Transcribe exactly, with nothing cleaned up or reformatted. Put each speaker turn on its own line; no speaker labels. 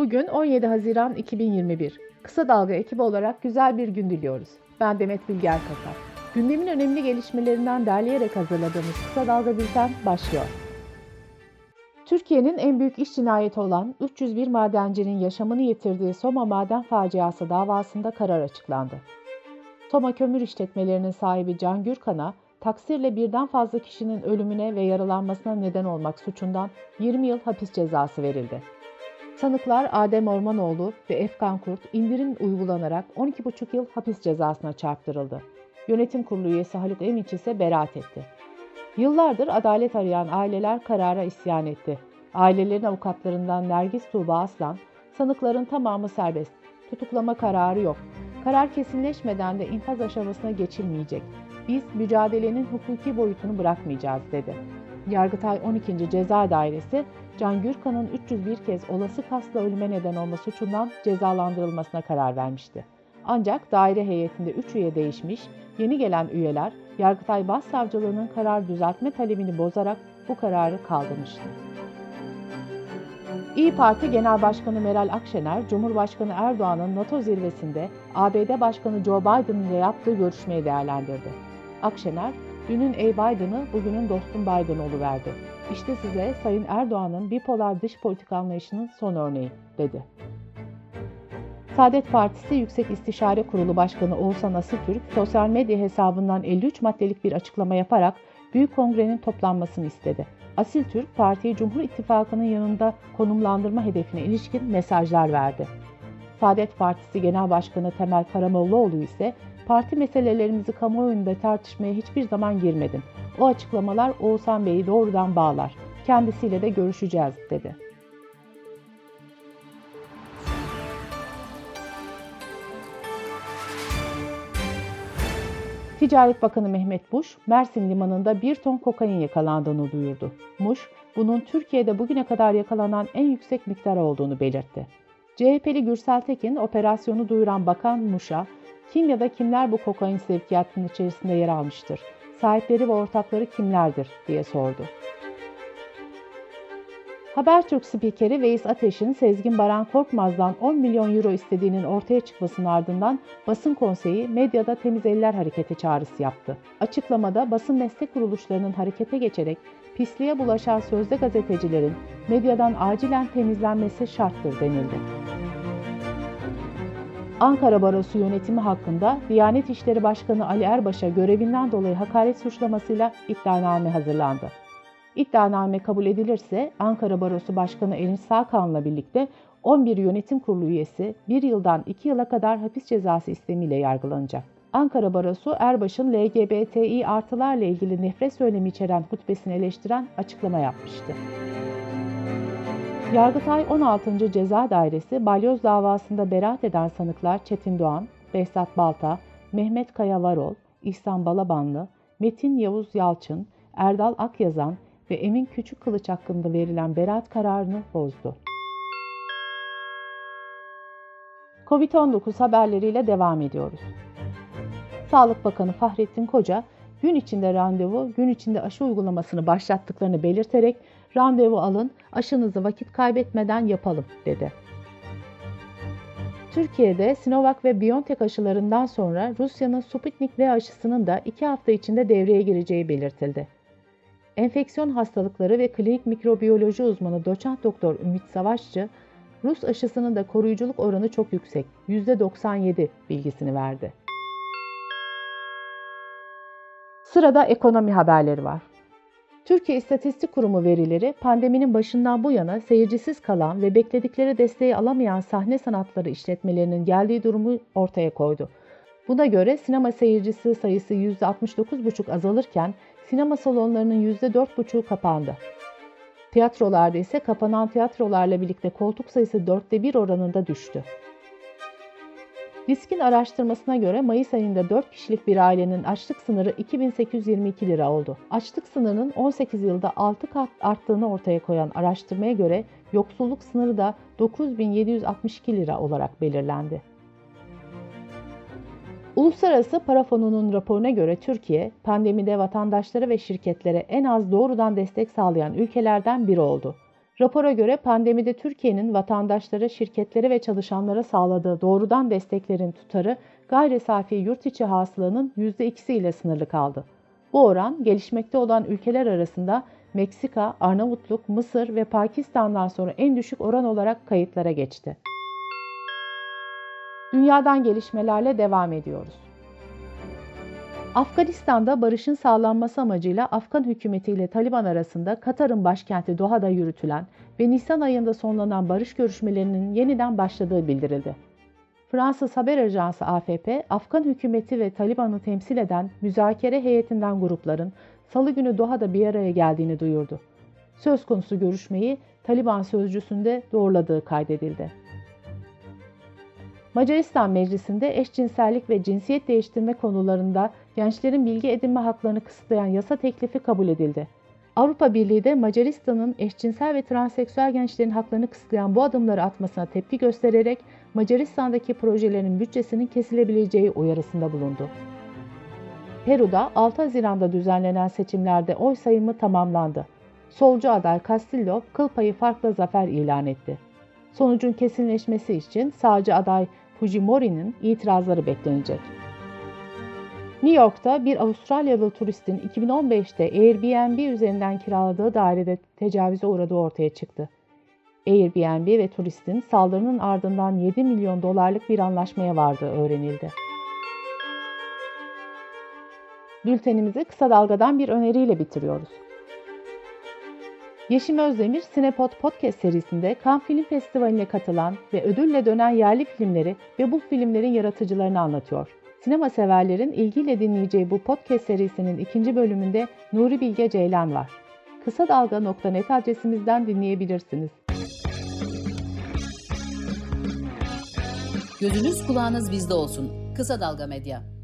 Bugün on yedi Haziran iki bin yirmi bir. Kısa Dalga ekibi olarak güzel bir gün diliyoruz. Ben Demet Bilge Erkasap. Gündemin önemli gelişmelerinden derleyerek hazırladığımız Kısa Dalga Bülten başlıyor. Türkiye'nin en büyük iş cinayeti olan üç yüz bir madencinin yaşamını yitirdiği Soma maden faciası davasında karar açıklandı. Soma Kömür İşletmelerinin sahibi Can Gürkan'a taksirle birden fazla kişinin ölümüne ve yaralanmasına neden olmak suçundan yirmi yıl hapis cezası verildi. Sanıklar Adem Ormanoğlu ve Efkan Kurt indirim uygulanarak on iki buçuk yıl hapis cezasına çarptırıldı. Yönetim Kurulu üyesi Haluk Emiç ise beraat etti. Yıllardır adalet arayan aileler karara isyan etti. Ailelerin avukatlarından Nergis Tuğba Aslan, sanıkların tamamı serbest, tutuklama kararı yok. Karar kesinleşmeden de infaz aşamasına geçilmeyecek. Biz mücadelenin hukuki boyutunu bırakmayacağız dedi. Yargıtay on ikinci Ceza Dairesi, Can Gürkan'ın üç yüz bir kez olası kasla ölüme neden olma suçundan cezalandırılmasına karar vermişti. Ancak daire heyetinde üç üye değişmiş, yeni gelen üyeler Yargıtay Başsavcılığı'nın karar düzeltme talebini bozarak bu kararı kaldırmıştı. İYİ Parti Genel Başkanı Meral Akşener, Cumhurbaşkanı Erdoğan'ın NATO zirvesinde A B D Başkanı Joe Biden ile yaptığı görüşmeyi değerlendirdi. Akşener, dünün ey Biden'ı bugünün dostum Biden oluverdi. İşte size Sayın Erdoğan'ın bipolar dış politika anlayışının son örneği, dedi. Saadet Partisi Yüksek İstişare Kurulu Başkanı Oğuzhan Asıltürk, sosyal medya hesabından elli üç maddelik bir açıklama yaparak Büyük Kongre'nin toplanmasını istedi. Asıltürk, partiyi Cumhur İttifakı'nın yanında konumlandırma hedefine ilişkin mesajlar verdi. Saadet Partisi Genel Başkanı Temel Karamollaoğlu ise, parti meselelerimizi kamuoyunda tartışmaya hiçbir zaman girmedim. O açıklamalar Oğuzhan Bey'i doğrudan bağlar. Kendisiyle de görüşeceğiz, dedi. Ticaret Bakanı Mehmet Muş, Mersin Limanı'nda bir ton kokain yakalandığını duyurdu. Muş, bunun Türkiye'de bugüne kadar yakalanan en yüksek miktar olduğunu belirtti. C H P'li Gürsel Tekin, operasyonu duyuran Bakan Muş'a, kim ya da kimler bu kokain sevkiyatının içerisinde yer almıştır, sahipleri ve ortakları kimlerdir diye sordu. Habertürk spikeri Veys Ateş'in Sezgin Baran Korkmaz'dan on milyon euro istediğinin ortaya çıkmasının ardından basın konseyi medyada temiz eller hareketi çağrısı yaptı. Açıklamada basın meslek kuruluşlarının harekete geçerek pisliğe bulaşan sözde gazetecilerin medyadan acilen temizlenmesi şarttır denildi. Ankara Barosu yönetimi hakkında Diyanet İşleri Başkanı Ali Erbaş'a görevinden dolayı hakaret suçlamasıyla iddianame hazırlandı. İddianame kabul edilirse Ankara Barosu Başkanı Erinç Sağkan'la birlikte on bir yönetim kurulu üyesi bir yıldan iki yıla kadar hapis cezası istemiyle yargılanacak. Ankara Barosu Erbaş'ın L G B T İ artılarla ilgili nefret söylemi içeren hutbesini eleştiren açıklama yapmıştı. Yargıtay on altıncı Ceza Dairesi balyoz davasında beraat eden sanıklar Çetin Doğan, Behzat Balta, Mehmet Kaya Varol, İhsan Balabanlı, Metin Yavuz Yalçın, Erdal Akyazan ve Emin Küçükkılıç hakkında verilen beraat kararını bozdu. kovid on dokuz haberleriyle devam ediyoruz. Sağlık Bakanı Fahrettin Koca, gün içinde randevu, gün içinde aşı uygulamasını başlattıklarını belirterek randevu alın, aşınızı vakit kaybetmeden yapalım, dedi. Türkiye'de Sinovac ve BioNTech aşılarından sonra Rusya'nın Sputnik V aşısının da iki hafta içinde devreye gireceği belirtildi. Enfeksiyon hastalıkları ve klinik mikrobiyoloji uzmanı doçent doktor Ümit Savaşçı, Rus aşısının da koruyuculuk oranı çok yüksek, yüzde doksan yedi bilgisini verdi. Sırada ekonomi haberleri var. Türkiye İstatistik Kurumu verileri, pandeminin başından bu yana seyircisiz kalan ve bekledikleri desteği alamayan sahne sanatları işletmelerinin geldiği durumu ortaya koydu. Buna göre sinema seyircisi sayısı yüzde altmış dokuz virgül beş azalırken sinema salonlarının yüzde dört virgül beşi kapandı. Tiyatrolarda ise kapanan tiyatrolarla birlikte koltuk sayısı dörtte bir oranında düştü. Diskin araştırmasına göre Mayıs ayında dört kişilik bir ailenin açlık sınırı iki bin sekiz yüz yirmi iki lira oldu. Açlık sınırının on sekiz yılda altı kat arttığını ortaya koyan araştırmaya göre yoksulluk sınırı da dokuz bin yedi yüz altmış iki lira olarak belirlendi. Uluslararası Para Fonu'nun raporuna göre Türkiye, pandemide vatandaşlara ve şirketlere en az doğrudan destek sağlayan ülkelerden biri oldu. Rapora göre pandemide Türkiye'nin vatandaşlara, şirketlere ve çalışanlara sağladığı doğrudan desteklerin tutarı gayri safi yurt içi hasılanın yüzde ikisi ile sınırlı kaldı. Bu oran gelişmekte olan ülkeler arasında Meksika, Arnavutluk, Mısır ve Pakistan'dan sonra en düşük oran olarak kayıtlara geçti. Dünyadan gelişmelerle devam ediyoruz. Afganistan'da barışın sağlanması amacıyla Afgan hükümeti ile Taliban arasında Katar'ın başkenti Doha'da yürütülen ve Nisan ayında sonlanan barış görüşmelerinin yeniden başladığı bildirildi. Fransız haber ajansı A F P, Afgan hükümeti ve Taliban'ı temsil eden müzakere heyetinden grupların Salı günü Doha'da bir araya geldiğini duyurdu. Söz konusu görüşmeyi Taliban sözcüsünde doğruladığı kaydedildi. Macaristan Meclisi'nde eşcinsellik ve cinsiyet değiştirme konularında gençlerin bilgi edinme haklarını kısıtlayan yasa teklifi kabul edildi. Avrupa Birliği de Macaristan'ın eşcinsel ve transseksüel gençlerin haklarını kısıtlayan bu adımları atmasına tepki göstererek Macaristan'daki projelerin bütçesinin kesilebileceği uyarısında bulundu. Peru'da altı Haziran'da düzenlenen seçimlerde oy sayımı tamamlandı. Solcu aday Castillo kıl payı farkla zafer ilan etti. Sonucun kesinleşmesi için sağcı aday Fujimori'nin itirazları beklenecek. New York'ta bir Avustralyalı turistin iki bin on beşte Airbnb üzerinden kiraladığı dairede tecavüze uğradığı ortaya çıktı. Airbnb ve turistin saldırının ardından yedi milyon dolarlık bir anlaşmaya vardığı öğrenildi. Bültenimizi kısa dalgadan bir öneriyle bitiriyoruz. Yeşim Özdemir, Sinepod Podcast serisinde Cannes Film Festivali'ne katılan ve ödülle dönen yerli filmleri ve bu filmlerin yaratıcılarını anlatıyor. Sinema severlerin ilgiyle dinleyeceği bu podcast serisinin ikinci bölümünde Nuri Bilge Ceylan var. kısa dalga nokta net adresimizden dinleyebilirsiniz.
Gözünüz kulağınız bizde olsun. Kısa Dalga Medya.